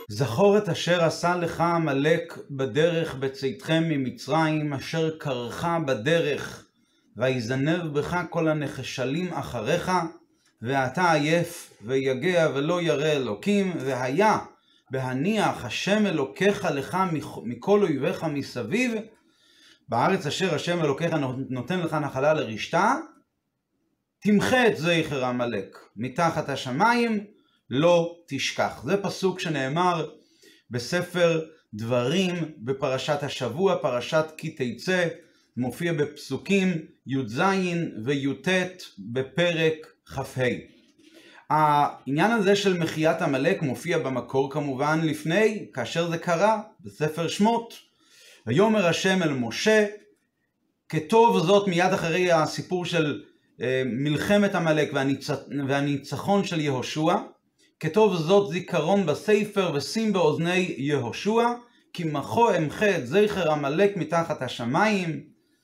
זכור את אשר עשה לך עמלק בדרך בצאתכם ממצרים, אשר קרך בדרך, ויזנב בך כל הנחשלים אחריך, ואתה עייף ויגע ולא ירא אלוקים, והיה בהניח השם אלוקיך לך מכל אויביך מסביב, בארץ אשר השם אלוקיך נותן לך נחלה לרשתה, תמחה את זכר עמלק מתחת השמיים, לא תשכח. זה פסוק שנאמר בספר דברים בפרשת השבוע, פרשת כי תצא, מופיע בפסוקים י"ז וי"ט בפרק כ"ה. העניין הזה של מחיית עמלק מופיע במקור כמובן לפני, כאשר זה קרה בספר שמות. ויאמר השם אל משה, כתוב זאת מיד אחרי הסיפור של מלחמת עמלק והניצחון של יהושע, כתוב זאת זיכרון בספר ושים באוזני יהושע, כי מחו אמחה את זכר עמלק מתחת השמיים.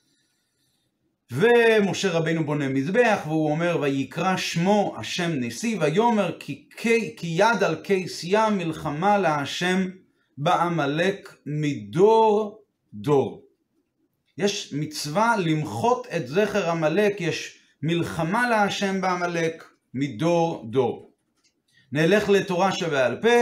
ומשה רבינו בונה מזבח, והוא אומר, ויקרא שמו השם ניסי, ויאמר כי יד על כיסיה מלחמה להשם בעמלק מדור דור. יש מצווה למחות את זכר עמלק, יש מלחמה להשם בעמלק מדור דור. נלך לתורה שבעל פה,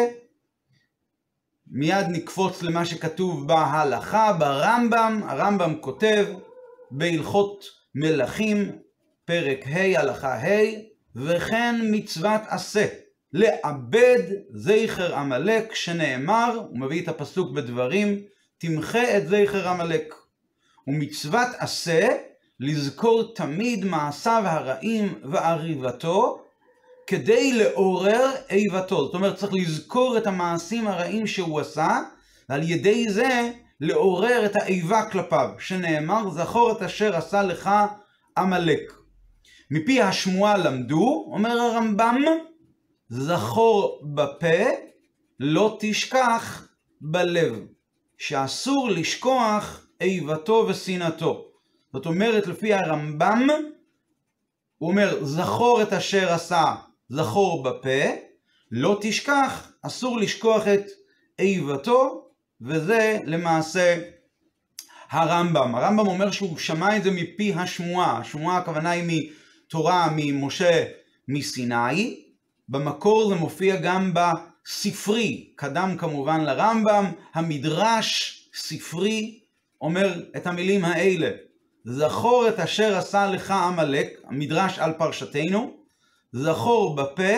מיד נקפוץ למה שכתוב בהלכה, ברמב"ם. הרמב"ם כותב בהלכות מלכים, פרק ה' הלכה ה', וכן מצוות עשה, לאבד זכר עמלק, שנאמר, הוא מביא את הפסוק בדברים, תמחה את זכר עמלק. ומצוות עשה, לזכור תמיד מעשיו הרעים ועריבתו, כדי לעורר איבתו. זאת אומרת, צריך לזכור את המעשים הרעים שהוא עשה, ועל ידי זה לעורר את האיבה כלפיו, שנאמר, זכור את אשר עשה לך עמלק. מפי השמועה למדו, אומר הרמב"ם, זכור בפה, לא תשכח בלב, שאסור לשכוח איבתו ושנאתו. זאת אומרת, לפי הרמב"ם, הוא אומר, זכור את אשר עשה, זכור בפה, לא תשכח, אסור לשכוח את איבתו, וזה למעשה הרמב"ם. הרמב"ם אומר שהוא שמע את זה מפי השמועה. השמועה הכוונה היא מתורה ממשה מסיני. במקור זה מופיע גם בספרי, קדם כמובן לרמב"ם. המדרש ספרי אומר את המילים האלה, זכור את אשר עשה לך עמלק, המדרש על פרשתנו, זכור בפה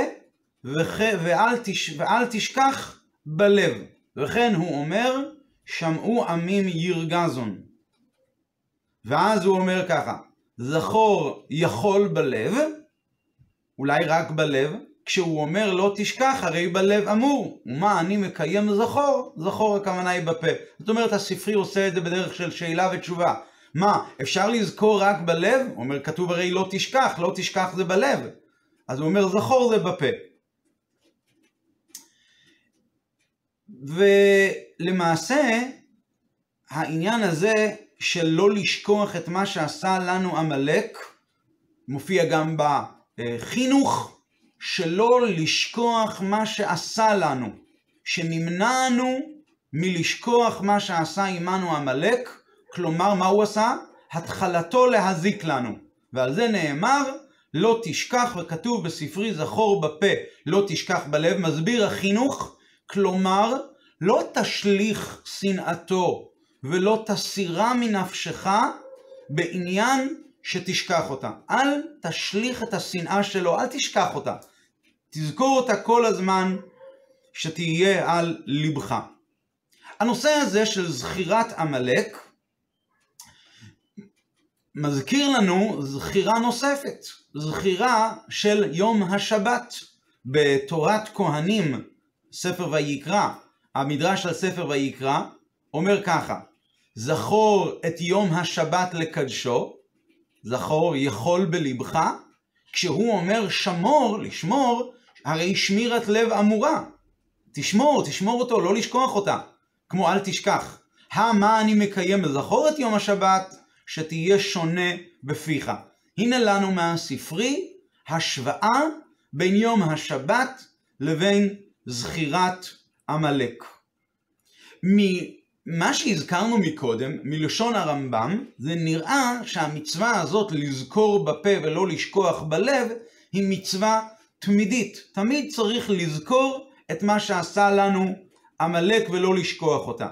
ואל תשכח בלב. וכן הוא אומר, שמעו עמים ירגזון. ואז הוא אומר ככה, זכור יכול בלב, אולי רק בלב, כשהוא אומר לא תשכח, הרי בלב אמור. ומה אני מקיים זכור? זכור הכוונה היא בפה. זאת אומרת, הספרי עושה את זה בדרך של שאלה ותשובה. מה, אפשר לזכור רק בלב? הוא אומר, כתוב הרי לא תשכח, לא תשכח זה בלב. אז הוא אומר, זכור זה בפה. ולמעשה, העניין הזה של לא לשכוח את מה שעשה לנו עמלק, מופיע גם בחינוך, שלא לשכוח מה שעשה לנו, שנמנענו מלשכוח מה שעשה עמנו עמלק, כלומר מה הוא עשה? התחלתו להזיק לנו. ועל זה נאמר, לא תשכח, וכתוב בספרי זכור בפה, לא תשכח בלב, מסביר החינוך, כלומר, לא תשליך שנאתו ולא תסירה מנפשך בעניין שתשכח אותה. אל תשליך את השנאה שלו, אל תשכח אותה. תזכור אותה כל הזמן שתהיה על לבך. הנושא הזה של זכירת עמלק מזכיר לנו זכירה נוספת, זכירה של יום השבת. בתורת כהנים, ספר ויקרא, המדרש על ספר ויקרא, אומר ככה, זכור את יום השבת לקדשו, זכור יכול בלבך, כשהוא אומר שמור, לשמור, הרי שמירת לב אמורה. תשמור אותו, לא לשכוח אותה, כמו אל תשכח. מה אני מקיים? זכור את יום השבת, שתהיה שונה בפיך. הנה לנו מהספרי השוואה בין יום השבת לבין זכירת עמלק. ממה שהזכרנו מקודם, מלשון הרמב"ם, זה נראה שהמצווה הזאת לזכור בפה ולא לשכוח בלב, היא מצווה תמידית. תמיד צריך לזכור את מה שעשה לנו עמלק ולא לשכוח אותה.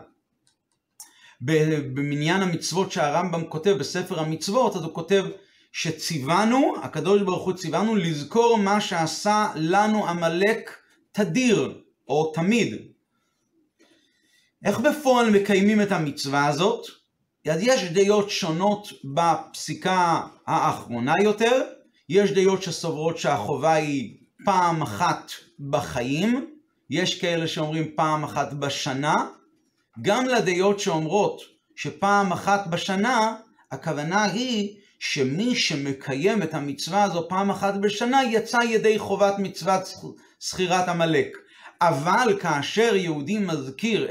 במניין המצוות שהרמב"ם כותב בספר המצוות, אז הוא כותב שציוונו, הקדוש ברוך הוא ציוונו לזכור מה שעשה לנו עמלק תדיר או תמיד. איך בפועל מקיימים את המצווה הזאת? אז יש דעות שונות בפסיקה האחרונה יותר, יש דעות שסוברות שהחובה היא פעם אחת בחיים, יש כאלה שאומרים פעם אחת בשנה, גם לדעות שאומרות שפעם אחת בשנה, הכוונה היא שמי שמקיים את המצווה הזו פעם אחת בשנה, יצא ידי חובת מצוות סחירת עמלק. אבל כאשר יהודי מזכיר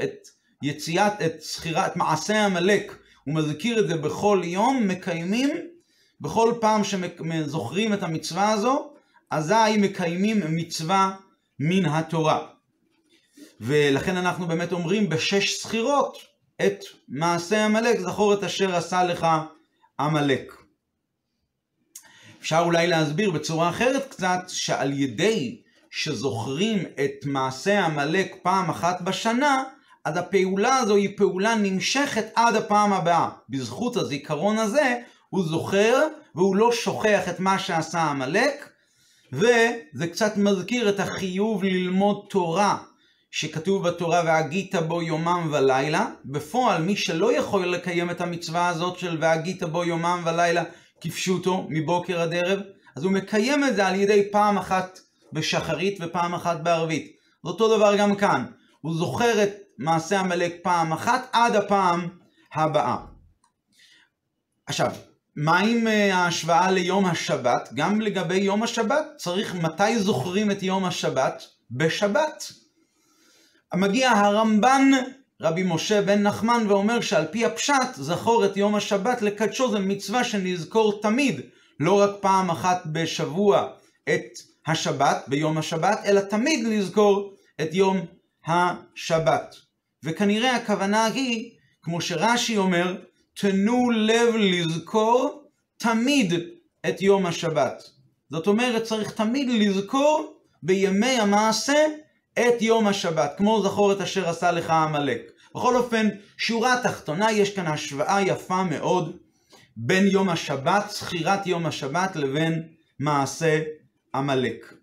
את מעשה עמלק, הוא מזכיר את זה בכל יום, מקיימים, בכל פעם שזוכרים את המצווה הזו, אזי מקיימים מצווה מן התורה. ולכן אנחנו באמת אומרים בשש סחירות את מעשה עמלק, זכור את אשר עשה לך עמלק. אפשר אולי להסביר בצורה אחרת קצת, שעל ידי שזוכרים את מעשה עמלק פעם אחת בשנה, אז הפעולה הזו היא פעולה נמשכת עד הפעם הבאה. בזכות הזיכרון הזה הוא זוכר והוא לא שוכח את מה שעשה עמלק, וזה קצת מזכיר את החיוב ללמוד תורה שכתוב בתורה והגית בו יומם ולילה. בפועל מי שלא יכול לקיים את המצווה הזאת של והגית בו יומם ולילה כפשוטו מבוקר עד ערב, אז הוא מקיים את זה על ידי פעם אחת בשחרית ופעם אחת בערבית. זה אותו דבר גם כאן, הוא זוכר את מעשה עמלק פעם אחת עד הפעם הבאה. עכשיו, מה עם ההשוואה ליום השבת? גם לגבי יום השבת צריך, מתי זוכרים את יום השבת? בשבת. מגיע הרמב"ן רבי משה בן נחמן ואומר שעל פי הפשט זכור את יום השבת לקדשו, זה מצווה שנזכור תמיד, לא רק פעם אחת בשבוע את השבת ביום השבת, אלא תמיד לזכור את יום השבת. וכנראה הכוונה היא, כמו שרש"י אומר, תנו לב לזכור תמיד את יום השבת. זאת אומרת, צריך תמיד לזכור בימי המעשה את יום השבת, כמו זכור את אשר עשה לך עמלק. בכל אופן, שורה תחתונה, יש כאן השוואה יפה מאוד בין יום השבת, זכירת יום השבת, לבין מעשה עמלק.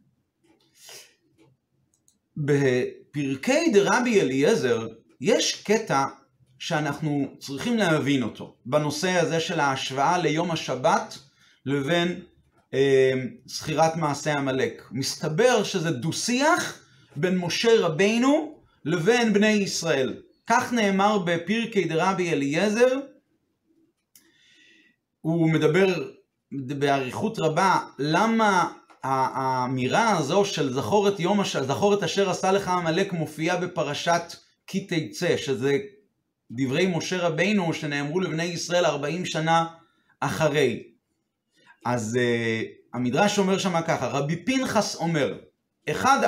בפרקי דרבי אליעזר יש קטע שאנחנו צריכים להבין אותו, בנושא הזה של ההשוואה ליום השבת לבין זכירת מעשה עמלק. מסתבר שזה דו-שיח בין משה רבינו לבין בני ישראל. כך נאמר בפרקי דרבי אליעזר, הוא מדבר באריכות רבה למה האמירה הזו של זכור את אשר עשה לך עמלק מופיעה בפרשת כי תצא, שזה דברי משה רבינו שנאמרו לבני ישראל 40 שנה אחרי. אז המדרש אומר שם ככה, רבי פנחס אומר, אחר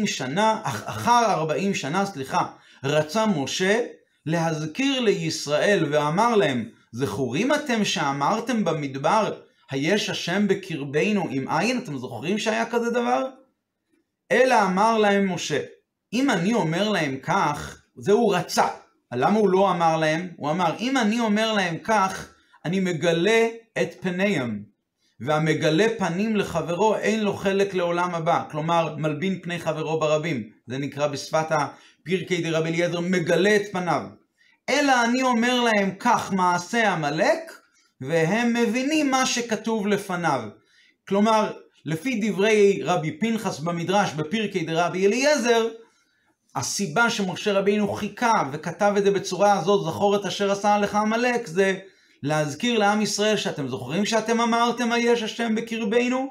40 שנה, רצה משה להזכיר לישראל ואמר להם, זכורים אתם שאמרתם במדבר, היש השם בקרבנו עם עין? אתם זוכרים שהיה כזה דבר? אלא אמר להם משה, אם אני אומר להם כך, זה הוא רצה. למה הוא לא אמר להם? הוא אמר, אם אני אומר להם כך, אני מגלה את פניהם. והמגלה פנים לחברו אין לו חלק לעולם הבא. כלומר, מלבין פני חברו ברבים. זה נקרא בשפת הפרקי דרבי אליעזר, מגלה את פניו. אלא אני אומר להם כך מעשה עמלק, והם מבינים מה שכתוב לפניו. כלומר, לפי דברי רבי פנחס במדרש בפרקי דרבי אליעזר, הסיבה שמשה רבינו חיכה וכתב את זה בצורה הזאת, זכור את אשר עשה לך עמלק, זה להזכיר לעם ישראל שאתם זוכרים שאתם אמרתם היש השם בקרבנו?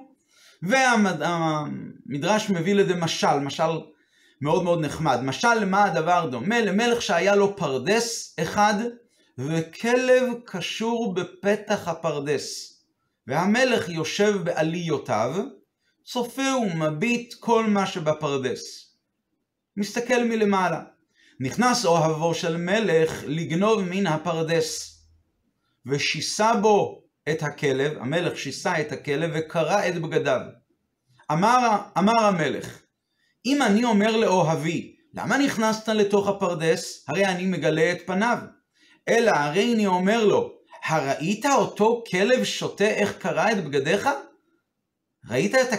והמדרש מביא לזה משל מאוד מאוד נחמד. משל למה הדבר דומה? למלך שהיה לו פרדס אחד וכלב קשור בפתח הפרדס. והמלך יושב בעליותיו, צופה ומביט כל מה שבפרדס. מסתכל מלמעלה. נכנס אוהבו של מלך לגנוב מן הפרדס, ושיסה בו את הכלב, המלך שיסה את הכלב וקרע את בגדיו. אמר המלך, אם אני אומר לאוהבי, למה נכנסת לתוך הפרדס? הרי אני מגלה את פניו. אלא הרי אני אומר לו, הראית אותו כלב שותה איך קרע את בגדיך? ראית את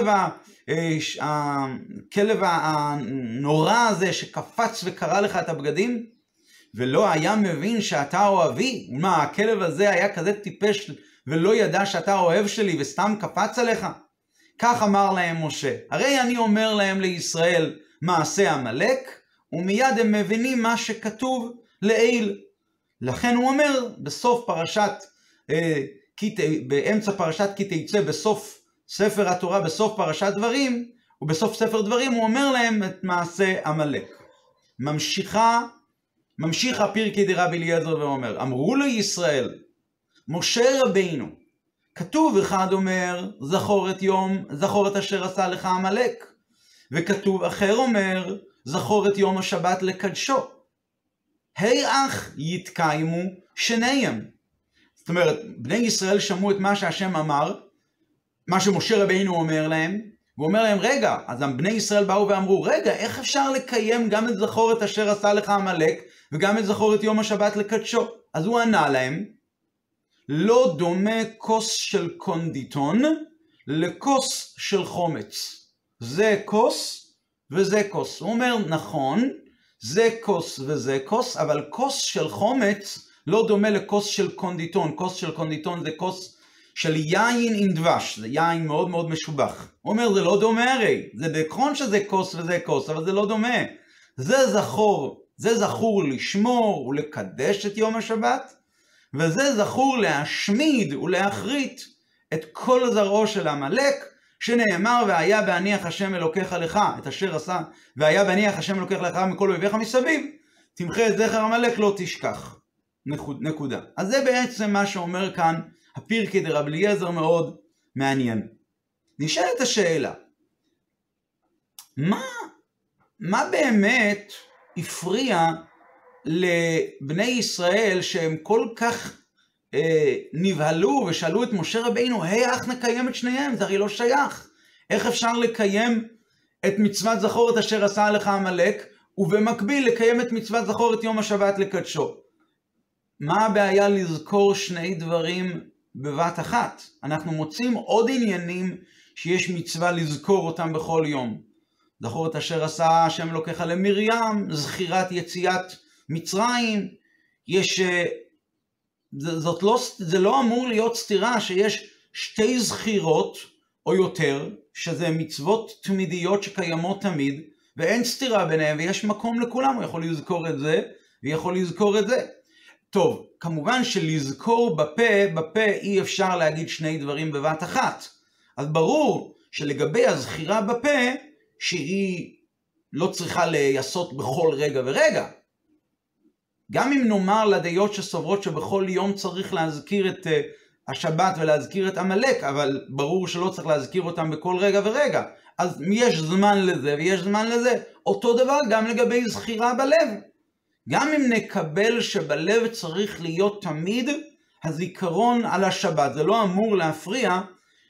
הכלב הנורא הזה שקפץ וקרע לך את הבגדים? ולא היה מבין שאתה אוהבי? מה, הכלב הזה היה כזה טיפש ולא ידע שאתה אוהב שלי וסתם קפץ עליך? כך אמר להם משה, הרי אני אומר להם לישראל מעשה עמלק, ומיד הם מבינים מה שכתוב לעיל. לכן הוא אומר באמצע פרשת כי תצא, בסוף ספר התורה, בסוף פרשת דברים, ובסוף ספר דברים הוא אומר להם את מעשה עמלק. ממשיך הפרקי דרבי אליעזר ואומר, אמרו לישראל, משה רבינו, כתוב אחד אומר, זכור את אשר עשה לך עמלק, וכתוב אחר אומר, זכור את יום השבת לקדשו. אך יתקיימו שניהם. זאת אומרת, בני ישראל שמעו את מה שהשם אמר, מה שמשה רבינו אומר להם, והוא אומר להם, רגע, אז בני ישראל באו ואמרו, רגע, איך אפשר לקיים גם את זכור את אשר עשה לך עמלק, וגם את זכור את יום השבת לקדשו? אז הוא ענה להם, לא דומה כוס של קונדיטון לכוס של חומץ. זה כוס וזה כוס. הוא אומר, נכון, זה כוס וזה כוס, אבל כוס של חומץ לא דומה לכוס של קונדיטון. כוס של קונדיטון זה כוס של יין עם דבש, זה יין מאוד מאוד משובח. הוא אומר, זה לא דומה הרי, זה נכון שזה כוס וזה כוס, אבל זה לא דומה. זה זכור לשמור ולקדש את יום השבת, וזה זכור להשמיד ולהכרית את כל זרעו של עמלק, שנאמר, והיה בהניח השם אלוקיך לך, את אשר עשה, והיה בהניח השם אלוקיך לך מכל אויביך מסביב, תמחה את זכר עמלק לא תשכח. נקודה. אז זה בעצם מה שאומר כאן הפרקי דרבי אליעזר, מאוד מעניין. נשאלת השאלה, מה באמת הפריע לבני ישראל שהם כל כך נבהלו ושאלו את משה רבינו, איך נקיים את שניהם? זה הרי לא שייך. איך אפשר לקיים את מצוות זכור את אשר עשה לך עמלק, ובמקביל לקיים את מצוות זכור את יום השבת לקדשו? מה הבעיה לזכור שני דברים בבת אחת? אנחנו מוצאים עוד עניינים שיש מצווה לזכור אותם בכל יום. זכור את אשר עשה השם אלוקיך למרים, זכירת יציאת מצרים. זה לא אמור להיות סתירה שיש שתי זכירות או יותר, שזה מצוות תמידיות שקיימות תמיד, ואין סתירה ביניהם, ויש מקום לכולם, הוא יכול לזכור את זה, ויכול לזכור את זה. טוב, כמובן שלזכור בפה אי אפשר להגיד שני דברים בבת אחת. אז ברור שלגבי הזכירה בפה, שהיא לא צריכה להיעשות בכל רגע ורגע. גם אם נאמר לדעות שסוברות שבכל יום צריך להזכיר את השבת ולהזכיר את עמלק, אבל ברור שלא צריך להזכיר אותם בכל רגע ורגע. אז יש זמן לזה ויש זמן לזה. אותו דבר גם לגבי זכירה בלב. גם אם נקבל שבלב צריך להיות תמיד הזיכרון על השבת, זה לא אמור להפריע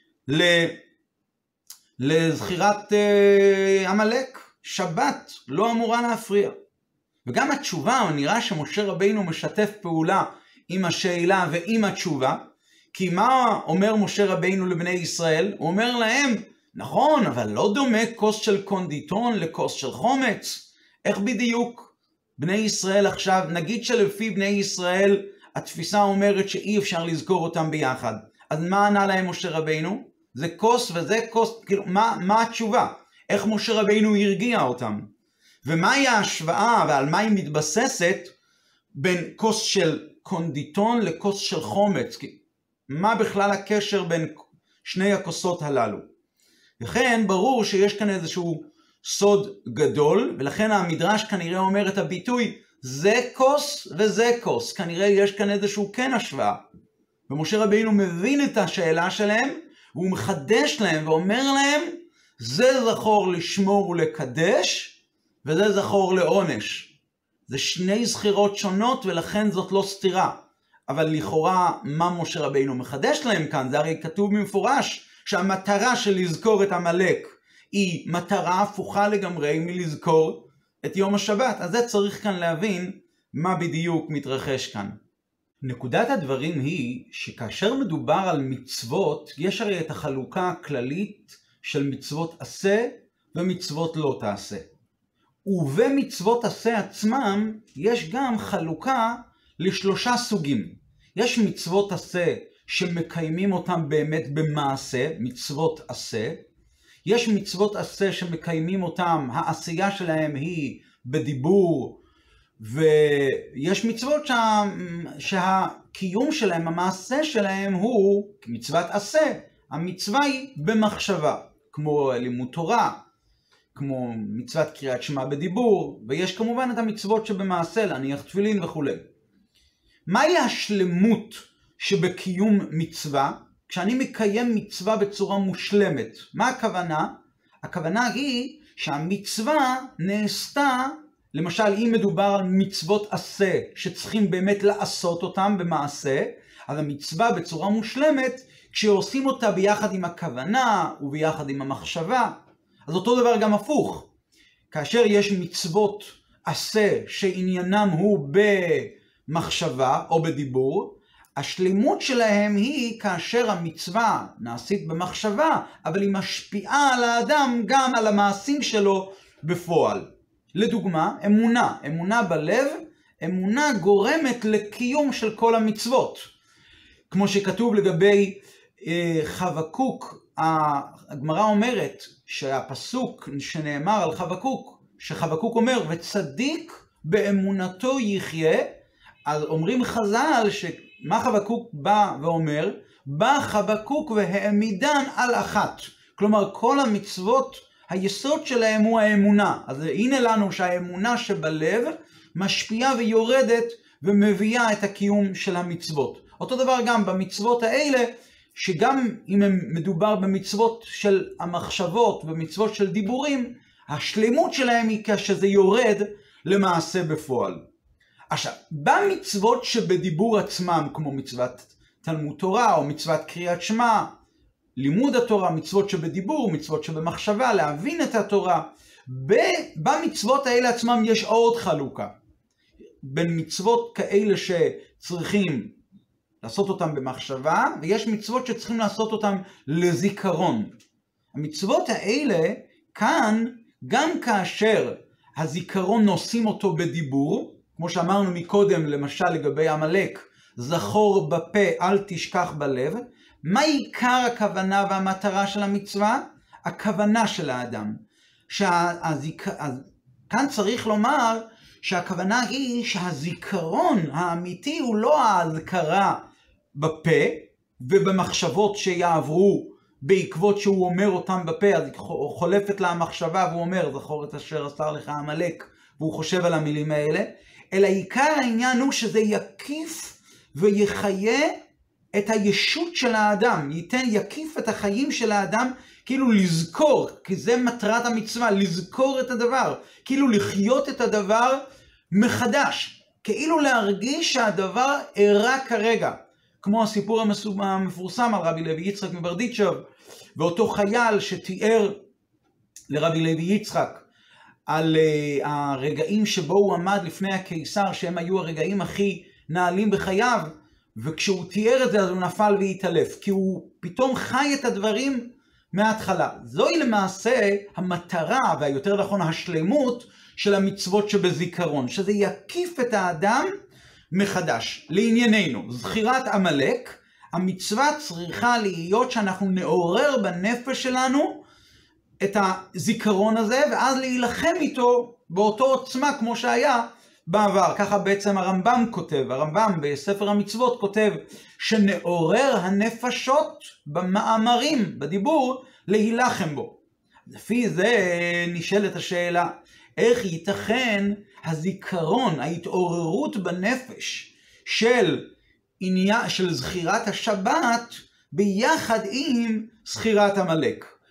לזכירת עמלק. שבת לא אמורה להפריע. וגם התשובה, נראה שמשה רבינו משתף פעולה עם השאלה ועם התשובה, כי מה אומר משה רבינו לבני ישראל? הוא אומר להם, נכון, אבל לא דומה כוס של קונדיטון לכוס של חומץ. איך בדיוק? בני ישראל עכשיו, נגיד שלפי בני ישראל, התפיסה אומרת שאי אפשר לזכור אותם ביחד. אז מה ענה להם משה רבינו? זה כוס וזה כוס, כאילו, מה התשובה? איך משה רבינו הרגיע אותם? ומהי ההשוואה ועל מה היא מתבססת בין כוס של קונדיטון לכוס של חומץ? מה בכלל הקשר בין שני הכוסות הללו? לכן ברור שיש כאן איזשהו סוד גדול, ולכן המדרש כנראה אומר את הביטוי, זה כוס וזה כוס. כנראה יש כאן איזשהו כן השוואה. ומשה רבינו מבין את השאלה שלהם, והוא מחדש להם ואומר להם, זה זכור לשמור ולקדש, וזה זכור לעונש. זה שני זכירות שונות ולכן זאת לא סתירה. אבל לכאורה מה משה רבינו מחדש להם כאן? זה הרי כתוב במפורש שהמטרה של לזכור את עמלק היא מטרה הפוכה לגמרי מלזכור את יום השבת. אז זה צריך כאן להבין מה בדיוק מתרחש כאן. נקודת הדברים היא שכאשר מדובר על מצוות, יש הרי את החלוקה הכללית של מצוות עשה ומצוות לא תעשה. ובמצוות עשה עצמם יש גם חלוקה לשלושה סוגים. יש מצוות עשה שמקיימים אותם באמת במעשה, מצוות עשה. יש מצוות עשה שמקיימים אותם, העשייה שלהם היא בדיבור, ויש מצוות שהקיום שלהם, המעשה שלהם הוא מצוות עשה. המצווה היא במחשבה, כמו לימוד תורה, כמו מצוות קריאת שמע בדיבור, ויש כמובן את המצוות שבמעשה, להניח תפילין וכו'. מהי השלמות שבקיום מצווה? כשאני מקיים מצווה בצורה מושלמת, מה הכוונה? הכוונה היא שהמצווה נעשתה, למשל אם מדובר על מצוות עשה שצריכים באמת לעשות אותם במעשה, אז המצווה בצורה מושלמת כשעושים אותה ביחד עם הכוונה וביחד עם המחשבה. אז אותו דבר גם הפוך. כאשר יש מצוות עשה שעניינם הוא במחשבה או בדיבור, השלימות שלהם היא כאשר המצווה נעשית במחשבה, אבל היא משפיעה על האדם גם על המעשים שלו בפועל. לדוגמה, אמונה. אמונה בלב, אמונה גורמת לקיום של כל המצוות. כמו שכתוב לגבי חבקוק, הגמרא אומרת שהפסוק שנאמר על חבקוק, שחבקוק אומר וצדיק באמונתו יחיה, אז אומרים חז"ל שמה חבקוק בא ואומר? בא חבקוק והעמידן על אחת. כלומר כל המצוות היסוד שלהם הוא האמונה. אז הנה לנו שהאמונה שבלב משפיעה ויורדת ומביאה את הקיום של המצוות. אותו דבר גם במצוות האלה, שגם אם מדובר במצוות של המחשבות ומצוות של דיבורים, השלמות שלהם היא כשזה יורד למעשה בפועל. עכשיו, במצוות שבדיבור עצמם, כמו מצוות תלמוד תורה או מצוות קריאת שמע, לימוד התורה, מצוות שבדיבור, מצוות שבמחשבה, להבין את התורה, במצוות האלה עצמם יש עוד חלוקה. בין מצוות כאלה שצריכים לעשות אותם במחשבה, ויש מצוות שצריכים לעשות אותם לזיכרון. המצוות האלה, כאן, גם כאשר הזיכרון נושאים אותו בדיבור, כמו שאמרנו מקודם, למשל לגבי עמלק, זכור בפה, אל תשכח בלב, מה עיקר הכוונה והמטרה של המצווה? הכוונה של האדם. כאן צריך לומר שהכוונה היא שהזיכרון האמיתי הוא לא ההזכרה בפה ובמחשבות שיעברו בעקבות שהוא אומר אותם בפה, אז חולפת לה המחשבה והוא אומר זכור את אשר עשה לך עמלק, והוא חושב על המילים האלה, אלא עיקר העניין הוא שזה יקיף ויחיה את הישות של האדם, יקיף את החיים של האדם, כאילו לזכור, כי זה מטרת המצווה, לזכור את הדבר, כאילו לחיות את הדבר מחדש, כאילו להרגיש שהדבר אירע כרגע, כמו הסיפור המפורסם על רבי לוי יצחק מברדיצ'ב, ואותו חייל שתיאר לרבי לוי יצחק על הרגעים שבו הוא עמד לפני הקיסר, שהם היו הרגעים הכי נעלים בחייו, וכשהוא תיאר את זה אז הוא נפל והתעלף, כי הוא פתאום חי את הדברים מההתחלה. זוהי למעשה המטרה והיותר נכון השלמות של המצוות שבזיכרון, שזה יקיף את האדם מחדש. לענייננו, זכירת עמלק, המצווה צריכה להיות שאנחנו נעורר בנפש שלנו את הזיכרון הזה, ואז להילחם איתו באותו עוצמה כמו שהיה בעבר. ככה בעצם הרמב"ם כותב, הרמב"ם בספר המצוות כותב שנעורר הנפשות במאמרים, בדיבור, להילחם בו. לפי זה נשאלת השאלה, איך ייתכן הזיכרון, ההתעוררות בנפש של זכירת השבת ביחד עם זכירת עמלק?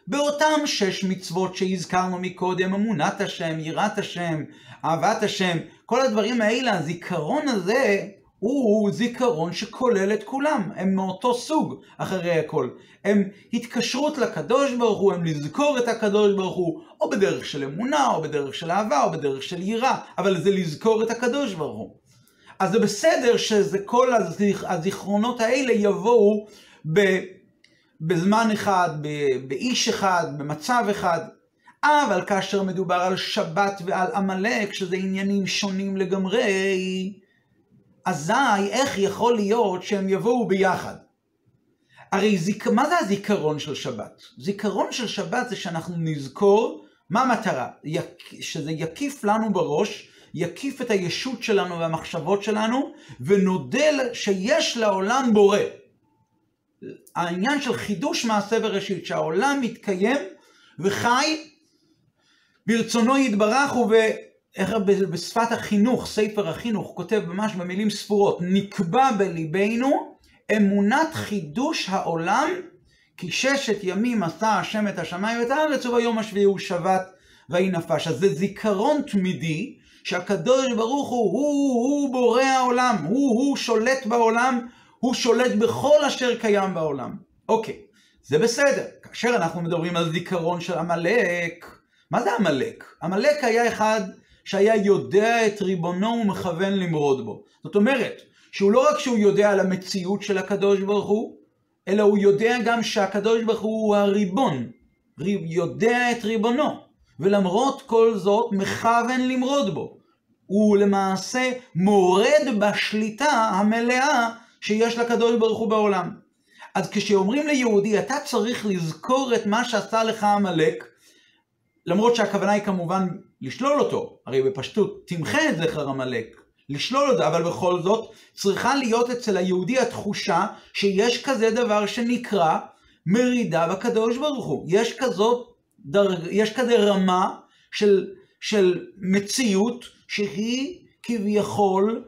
באותם 6 מצוות שהזכרנו מקודם, אמונת השם, יראת השם, אהבת השם, כל הדברים האלה, הזיכרון הזה הוא זיכרון שכולל את כולם, הם מאותו סוג אחרי הכל. הם התקשרות לקדוש ברוך הוא, הם לזכור את הקדוש ברוך הוא, או בדרך של אמונה, או בדרך של אהבה, או בדרך של יראה, אבל זה לזכור את הקדוש ברוך הוא. אז זה בסדר שזה כל הזיכרונות האלה יבואו בזמן אחד, באיש אחד, במצב אחד, אבל כאשר מדובר על שבת ועל עמלק, שזה עניינים שונים לגמרי, אזי איך יכול להיות שהם יבואו ביחד? הרי מה זה הזיכרון של שבת? זיכרון של שבת זה שאנחנו נזכור מה המטרה, שזה יקיף לנו בראש, יקיף את הישות שלנו והמחשבות שלנו, ונודל שיש לעולם בורא. העניין של חידוש מעשה בראשית, שהעולם מתקיים וחי ברצונו יתברך, ובשפת החינוך, ספר החינוך, כותב ממש במילים ספורות, נקבע בליבנו אמונת חידוש העולם, כי 6 ימים עשה השם את השמיים ואת הארץ, וביום השביעי הוא שבת ויהי נפש. אז זה זיכרון תמידי, שהקדוש ברוך הוא בורא העולם, הוא שולט בעולם, הוא שולט בכל אשר קיים בעולם. אוקיי, זה בסדר. כאשר אנחנו מדברים על זיכרון של עמלק, מה זה עמלק? עמלק היה אחד שהיה יודע את ריבונו ומכוון למרוד בו. זאת אומרת, שהוא לא רק שהוא יודע על המציאות של הקדוש ברוך הוא, אלא הוא יודע גם שהקדוש ברוך הוא הריבון, יודע את ריבונו, ולמרות כל זאת מכוון למרוד בו. הוא למעשה מורד בשליטה המלאה שיש לקדוש ברוך הוא בעולם. אז כשאומרים ליהודי, אתה צריך לזכור את מה שעשה לך עמלק, למרות שהכוונה היא כמובן לשלול אותו, הרי בפשטות תמחה את זכר עמלק, לשלול אותו, אבל בכל זאת צריכה להיות אצל היהודי התחושה שיש כזה דבר שנקרא מרידה בקדוש ברוך הוא. יש כזה רמה של מציאות שהיא כביכול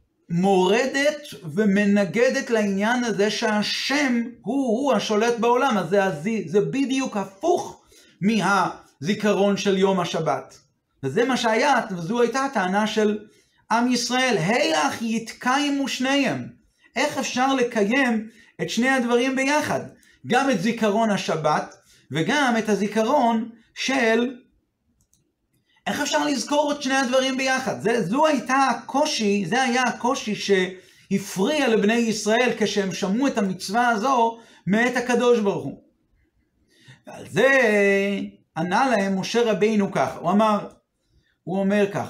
מורדת ומנגדת לעניין הזה שהשם הוא השולט בעולם. אז זה בדיוק הפוך מהזיכרון של יום השבת. וזה מה שהיה, וזו הייתה הטענה של עם ישראל, היך יתקיימו שניהם. איך אפשר לקיים את שני הדברים ביחד? גם את זיכרון השבת וגם את הזיכרון של... איך אפשר לזכור את שני הדברים ביחד? זה היה הקושי שהפריע לבני ישראל כשהם שמעו את המצווה הזו מאת הקדוש ברוך הוא. ועל זה ענה להם משה רבינו ככה, הוא אומר ככה,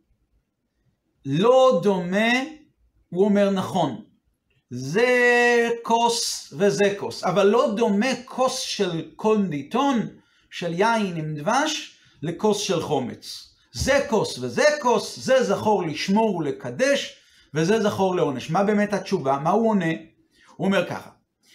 לא דומה, הוא אומר נכון, זה כוס וזה כוס, אבל לא דומה כוס של קונדיטון, של יין עם דבש, לכוס של חומץ. זה כוס וזה כוס, זה זכור לשמור ולקדש, וזה זכור לעונש. מה באמת התשובה? מה הוא עונה? הוא אומר ככה,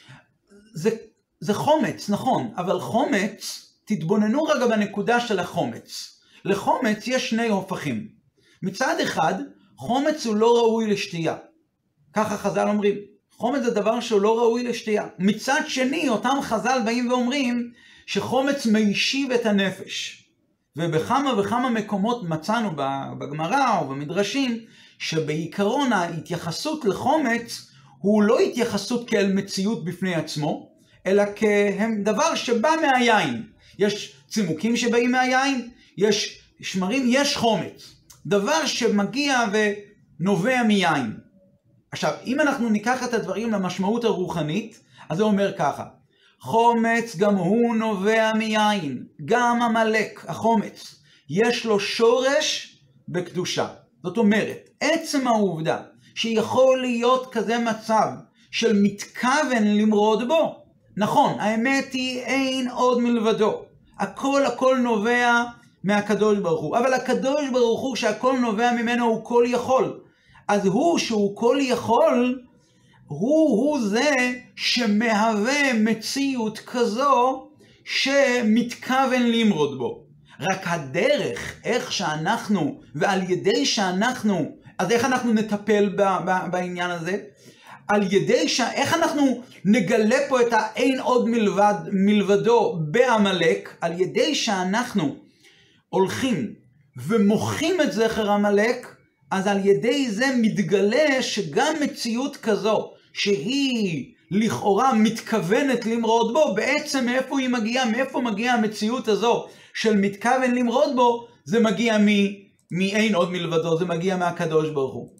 זה חומץ, נכון, אבל חומץ, תתבוננו רגע בנקודה של החומץ. לחומץ יש שני הופכים. מצד אחד, חומץ הוא לא ראוי לשתייה. ככה חז"ל אומרים. חומץ זה דבר שהוא לא ראוי לשתייה. מצד שני, אותם חז"ל באים ואומרים שחומץ מיישיב את הנפש. ובכמה וכמה מקומות מצאנו בגמרא או במדרשים, שבעיקרון ההתייחסות לחומץ הוא לא התייחסות כאל מציאות בפני עצמו, אלא כדבר שבא מהיין. יש צימוקים שבאים מהיין, יש שמרים, יש חומץ. דבר שמגיע ונובע מיין. עכשיו, אם אנחנו ניקח את הדברים למשמעות הרוחנית, אז זה אומר ככה, חומץ גם הוא נובע מיין, גם עמלק, החומץ, יש לו שורש בקדושה. זאת אומרת, עצם העובדה שיכול להיות כזה מצב של מתכוון למרוד בו, נכון, האמת היא אין עוד מלבדו, הכל נובע מהקדוש ברוך הוא, אבל הקדוש ברוך הוא שהכל נובע ממנו הוא כל יכול, אז הוא שהוא כל יכול, הוא זה שמהווה מציאות כזו שמתכוון למרוד בו. רק הדרך, איך שאנחנו, ועל ידי שאנחנו, אז איך אנחנו נטפל בעניין הזה? על ידי איך אנחנו נגלה פה את האין עוד מלבדו בעמלק? על ידי שאנחנו הולכים ומוחים את זכר עמלק, אז על ידי זה מתגלה שגם מציאות כזו, שהיא לכאורה מתכוונת למרוד בו, בעצם מאיפה היא מגיעה? מאיפה מגיעה המציאות הזו של מתכוון למרוד בו? זה מגיע מאין עוד מלבדו, זה מגיע מהקדוש ברוך הוא.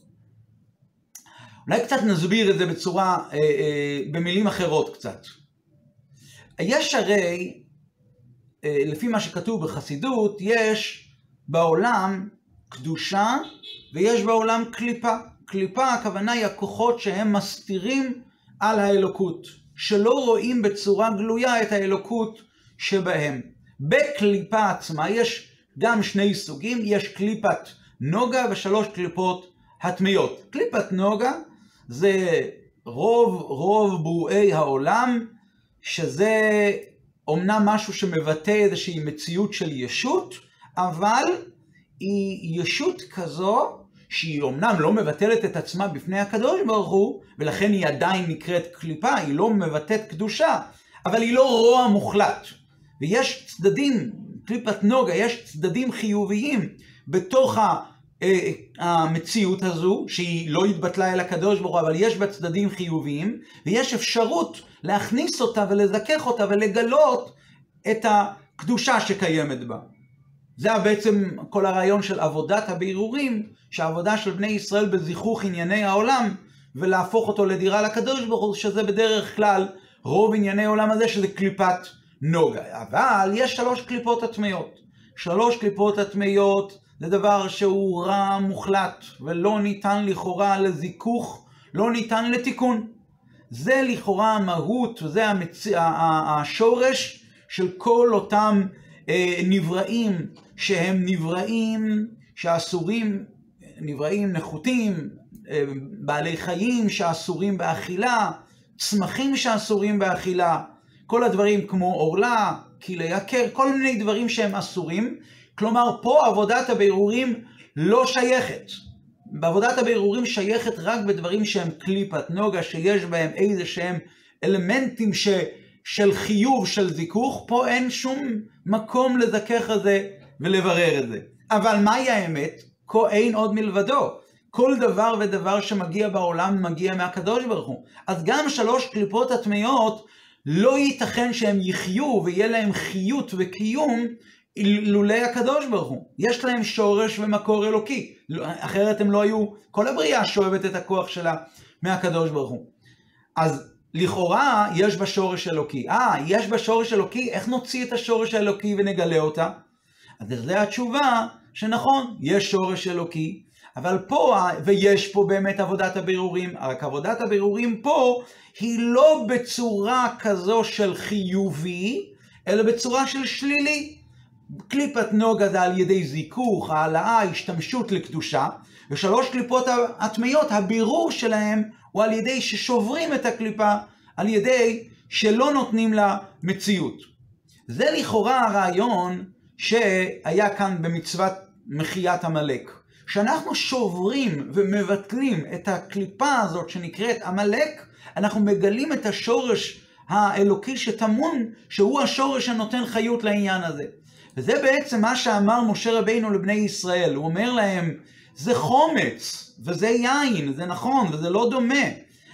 אולי קצת נסביר את זה בצורה, במילים אחרות קצת. יש הרי, לפי מה שכתוב בחסידות, יש בעולם קדושה ויש בעולם קליפה. קליפה, הכוונה היא הכוחות שהם מסתירים על האלוקות, שלא רואים בצורה גלויה את האלוקות שבהם. בקליפה עצמה יש גם שני סוגים, יש קליפת נוגה ושלוש קליפות הטמיות. קליפת נוגה זה רוב ברואי העולם, שזה אומנם משהו שמבטא איזושהי מציאות של ישות, אבל היא ישות כזו שהיא אומנם לא מבטלת את עצמה בפני הקדוש ברוך הוא, ולכן היא עדיין נקראת קליפה, היא לא מבטאת קדושה, אבל היא לא רוע מוחלט. ויש צדדים, קליפת נוגה, יש צדדים חיוביים בתוך המציאות הזו, שהיא לא התבטלה אל הקדוש ברוך הוא, אבל יש בה צדדים חיוביים, ויש אפשרות להכניס אותה ולזכך אותה ולגלות את הקדושה שקיימת בה. זה בעצם כל הרעיון של עבודת הבירורים, שהעבודה של בני ישראל בזיכוך ענייני העולם, ולהפוך אותו לדירה לקדוש ברוך הוא, שזה בדרך כלל רוב ענייני העולם הזה, שזה קליפת נוגה. אבל יש שלוש קליפות הטמיות. שלוש קליפות הטמיות זה דבר שהוא רע מוחלט, ולא ניתן לכאורה לזיכוך, לא ניתן לתיקון. זה לכאורה המהות, וזה השורש של כל אותם נבראים, שהם נבראים שאסורים, נבראים נחותים, בעלי חיים שאסורים באכילה, צמחים שאסורים באכילה, כל הדברים כמו אורלה, כלי יקר, כל מיני דברים שהם אסורים. כלומר, פה עבודת הבירורים לא שייכת. בעבודת הבירורים שייכת רק בדברים שהם קליפת נוגה, שיש בהם איזה שהם אלמנטים של חיוב, של זיכוך. פה אין שום מקום לזכך את זה ולברר את זה. אבל מהי האמת? אין עוד מלבדו. כל דבר ודבר שמגיע בעולם מגיע מהקדוש ברוך הוא. אז גם שלוש קליפות הטמיות לא ייתכן שהם יחיו ויהיה להם חיות וקיום לולא הקדוש ברוך הוא. יש להם שורש ומקור אלוקי. אחרת הם לא היו, כל הבריאה שואבת את הכוח שלה מהקדוש ברוך הוא. אז לכאורה יש בה שורש אלוקי. יש בה שורש אלוקי, איך נוציא את השורש האלוקי ונגלה אותה? אז זה התשובה שנכון, יש שורש אלוקי, אבל פה, ויש פה באמת עבודת הבירורים, רק עבודת הבירורים פה היא לא בצורה כזו של חיובי, אלא בצורה של שלילי. קליפת נוגה זה על ידי זיכוך, העלאה, השתמשות לקדושה, ושלוש קליפות הטמיות, הבירור שלהם הוא על ידי ששוברים את הקליפה, על ידי שלא נותנים לה מציאות. זה לכאורה הרעיון שהיה כאן במצוות מחיית עמלק. כשאנחנו שוברים ומבטלים את הקליפה הזאת שנקראת עמלק, אנחנו מגלים את השורש האלוקי שטמון, שהוא השורש שנותן חיות לעניין הזה. וזה בעצם מה שאמר משה רבינו לבני ישראל. הוא אומר להם, זה חומץ, וזה יין, זה נכון, וזה לא דומה.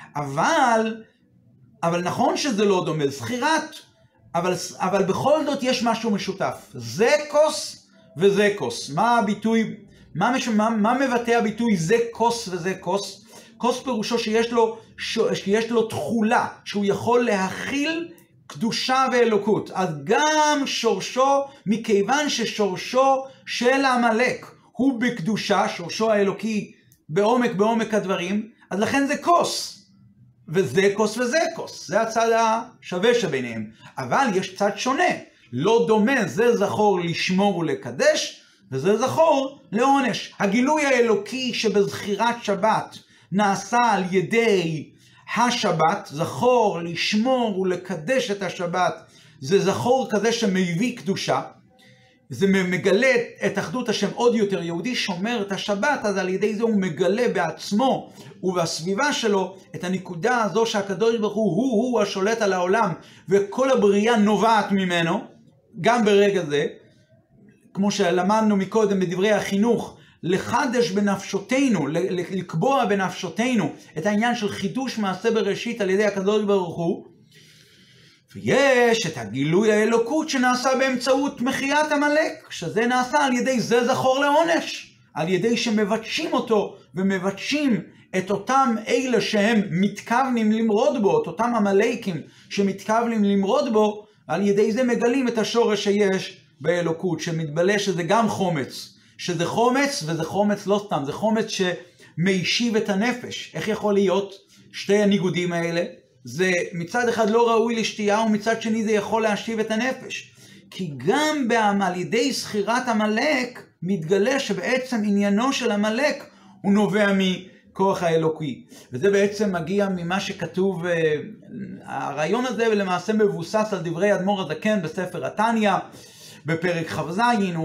אבל נכון שזה לא דומה, זכירת, אבל בכל זאת יש משהו משותף. זה כוס וזה כוס. מה הביטוי, מה מבטא הביטוי זה כוס וזה כוס? כוס פירושו שיש לו תחולה, שהוא יכול להכיל קדושה ואלוקות. אז גם שורשו, מכיוון ששורשו של עמלק הוא בקדושה, שורשו האלוקי בעומק הדברים, אז לכן זה כוס. וזה כוס וזה כוס. זה הצד השווה שביניהם. אבל יש צד שונה. לא דומה, זה זכור לשמור ולקדש, וזה זכור לעונש. הגילוי האלוקי שבזכירת שבת נעשה על ידי השבת, זכור לשמור ולקדש את השבת, זה זכור כזה שמביא קדושה. זה מגלה את אחדות השם עוד יותר. יהודי שומר את השבת, אז על ידי זה הוא מגלה בעצמו ובסביבה שלו את הנקודה הזו שהקדוש ברוך הוא השולט על העולם, וכל הבריאה נובעת ממנו, גם ברגע זה, כמו שלמדנו מקודם בדברי החינוך, לחדש בנפשותינו, לקבוע בנפשותינו את העניין של חידוש מעשה בראשית על ידי הקדוש ברוך הוא. ויש את הגילוי האלוקות שנעשה באמצעות מחיית עמלק, שזה נעשה על ידי זה זכור לעונש, על ידי שמבקשים אותו ומבקשים את אותם אלה שהם מתכוונים למרוד בו, את אותם עמלקים שמתכוונים למרוד בו, על ידי זה מגלים את השורש שיש באלוקות, שמתבלה שזה גם חומץ, שזה חומץ, וזה חומץ לא סתם, זה חומץ שמיישיב את הנפש. איך יכול להיות שתי הניגודים האלה? זה מצד אחד לא ראוי לשתייה, ומצד שני זה יכול להשיב את הנפש. כי גם על ידי זכירת עמלק מתגלה שבעצם עניינו של עמלק הוא נובע מכוח האלוקי. וזה בעצם מגיע ממה שכתוב, הרעיון הזה למעשה מבוסס על דברי אדמו"ר הזקן בספר התניא, בפרק כ"ז.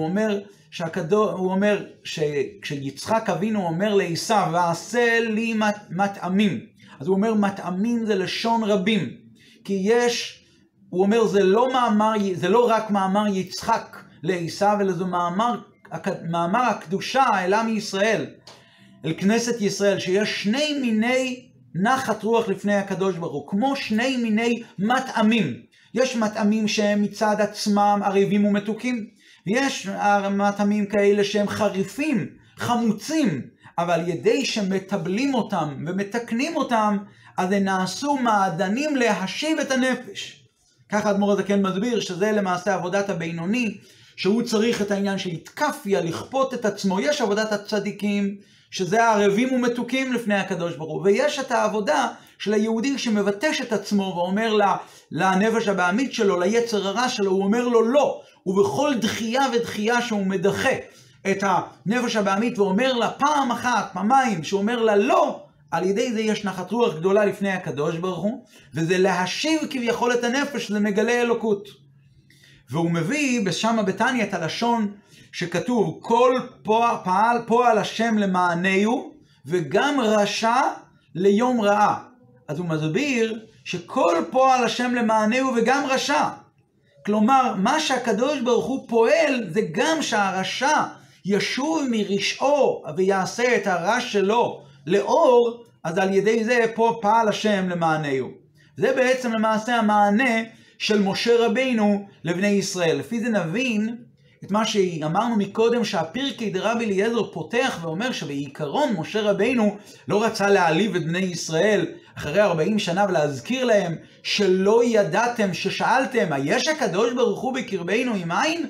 הוא אומר שכשיצחק אבינו אומר לעשיו, ועשה לי מטעמים, אז הוא אומר מטעמים זה לשון רבים, כי יש, הוא אומר זה לא רק מאמר יצחק לעשיו, אלא זה מאמר הקדושה אל עם ישראל, אל כנסת ישראל, שיש שני מיני נחת רוח לפני הקדוש ברוך הוא, כמו שני מיני מטעמים. יש מטעמים שהם מצד עצמם ערבים ומתוקים, ויש מטעמים כאלה שהם חריפים, חמוצים, אבל ידי שמטבלים אותם ומתקנים אותם, אז הם נעשו מעדנים להשיב את הנפש. ככה אדמו"ר הזקן מסביר שזה למעשה עבודת הבינוני, שהוא צריך את העניין של התקפיה, לכפות את עצמו. יש עבודת הצדיקים, שזה הערבים ומתוקים לפני הקדוש ברוך הוא, ויש את העבודה של היהודי שמבטש את עצמו ואומר לנפש הבעמית שלו, ליצר הרע שלו, הוא אומר לו לא, ובכל דחייה ודחייה שהוא מדחה את הנפש הבעמית ואומר לה פעם אחת, פעמיים, שהוא אומר לה לא, על ידי זה יש נחת רוח גדולה לפני הקדוש ברוך הוא, וזה להשיב כביכול את הנפש, זה מגלה אלוקות. והוא מביא בשמה בתניא את הלשון שכתוב, כל פועל השם למענהו, וגם רשע ליום רעה. אז הוא מסביר שכל פועל השם למענהו וגם רשע. כלומר, מה שהקדוש ברוך הוא פועל, זה גם שהרשע ישוב מרשעו ויעשה את הרע שלו לאור, אז על ידי זה פה פעל השם למענהו. זה בעצם למעשה המענה של משה רבינו לבני ישראל. לפי זה נבין את מה שאמרנו מקודם, שהפרקי דרבי אליעזר פותח ואומר שבעיקרון משה רבינו לא רצה להעליב את בני ישראל אחרי 40 שנה ולהזכיר להם שלא ידעתם ששאלתם, יש הקדוש ברוך הוא בקרבנו עם עין?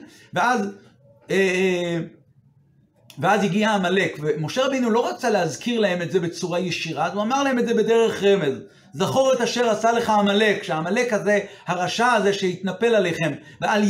ואז הגיע עמלק, ומשה רבינו לא רצה להזכיר להם את זה בצורה ישירה, אז הוא אמר להם את זה בדרך רמז. זכור את אשר עשה לך עמלק, שהעמלק הזה, הרשע הזה שהתנפל עליכם, ועל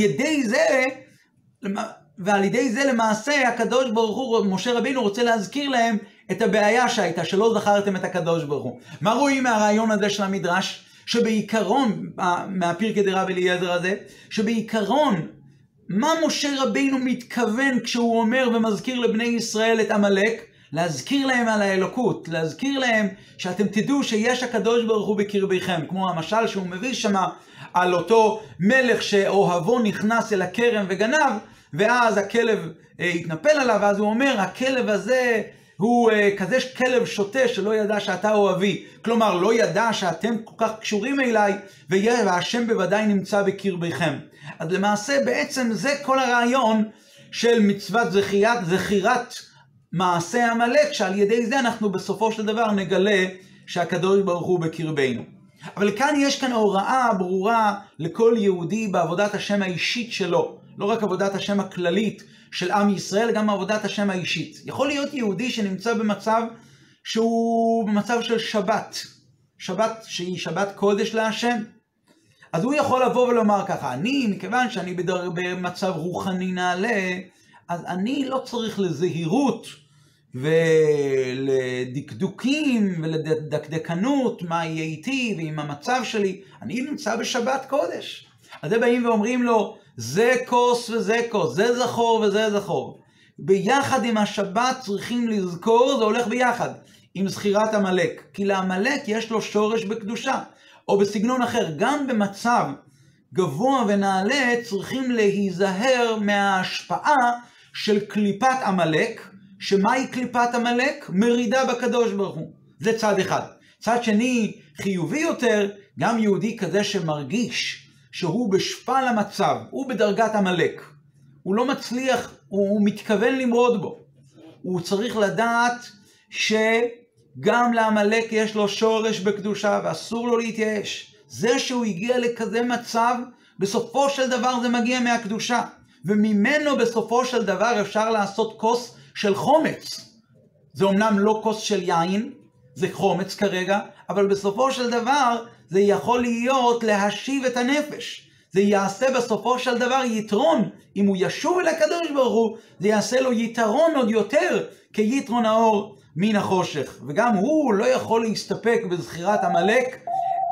ידי זה למעשה הקדוש ברוך הוא, משה רבינו רוצה להזכיר להם את הבעיה שהייתה, שלא זכרתם את הקדוש ברוך הוא. מה רואים מהרעיון הזה של המדרש? שבעיקרון, מהפרקי דרבי אליעזר הזה, שבעיקרון, מה משה רבינו מתכוון כשהוא אומר ומזכיר לבני ישראל את עמלק? להזכיר להם על האלוקות, להזכיר להם שאתם תדעו שיש הקדוש ברוך הוא בקרביכם, כמו המשל שהוא מביא שמה על אותו מלך שאוהבו נכנס אל הכרם וגנב, ואז הכלב התנפל עליו, ואז הוא אומר, הכלב הזה הוא כזה כלב שוטה שלא ידע שאתה אוהבי. כלומר, לא ידע שאתם כל כך קשורים אליי, והשם בוודאי נמצא בקרביכם. אז למעשה בעצם זה כל הרעיון של מצוות זכירת מעשה עמלק, שעל ידי זה אנחנו בסופו של דבר נגלה שהקדוש ברוך הוא בקרבנו. אבל כאן יש כאן הוראה ברורה לכל יהודי בעבודת השם האישית שלו. לא רק עבודת השם הכללית של עם ישראל, גם עבודת השם האישית. יכול להיות יהודי שנמצא במצב שהוא במצב של שבת שהיא שבת קודש להשם. אז הוא יכול לבוא ולומר ככה, מכיוון שאני במצב רוחני נעלה, אז אני לא צריך לזהירות ולדקדוקים ולדקדקנות מה יהיה איתי ועם המצב שלי. אני נמצא בשבת קודש. אז זה באים ואומרים לו, זה כוס וזה כוס, זה זכור וזה זכור. ביחד עם השבת צריכים לזכור, זה הולך ביחד עם זכירת עמלק. כי לעמלק יש לו שורש בקדושה. או בסגנון אחר, גם במצב גבוה ונעלה צריכים להיזהר מההשפעה של קליפת עמלק. שמהי קליפת עמלק? מרידה בקדוש ברוך הוא. זה צד אחד. צד שני, חיובי יותר, גם יהודי כזה שמרגיש שהוא בשפל המצב, הוא בדרגת עמלק. הוא לא מצליח, הוא מתכוון למרוד בו. הוא צריך לדעת שגם לעמלק יש לו שורש בקדושה ואסור לו להתייאש. זה שהוא הגיע לכזה מצב, בסופו של דבר זה מגיע מהקדושה. וממנו בסופו של דבר אפשר לעשות כוס של חומץ. זה אומנם לא כוס של יין, זה חומץ כרגע, אבל בסופו של דבר זה יכול להיות להשיב את הנפש. זה יעשה בסופו של דבר יתרון, אם הוא ישוב אל הקדוש ברוך הוא, זה יעשה לו יתרון עוד יותר כיתרון האור מן החושך. וגם הוא לא יכול להסתפק בזכירת עמלק,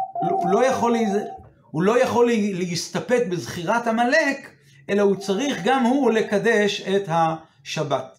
הוא לא יכול להסתפק בזכירת עמלק, אלא הוא צריך גם הוא לקדש את השבת.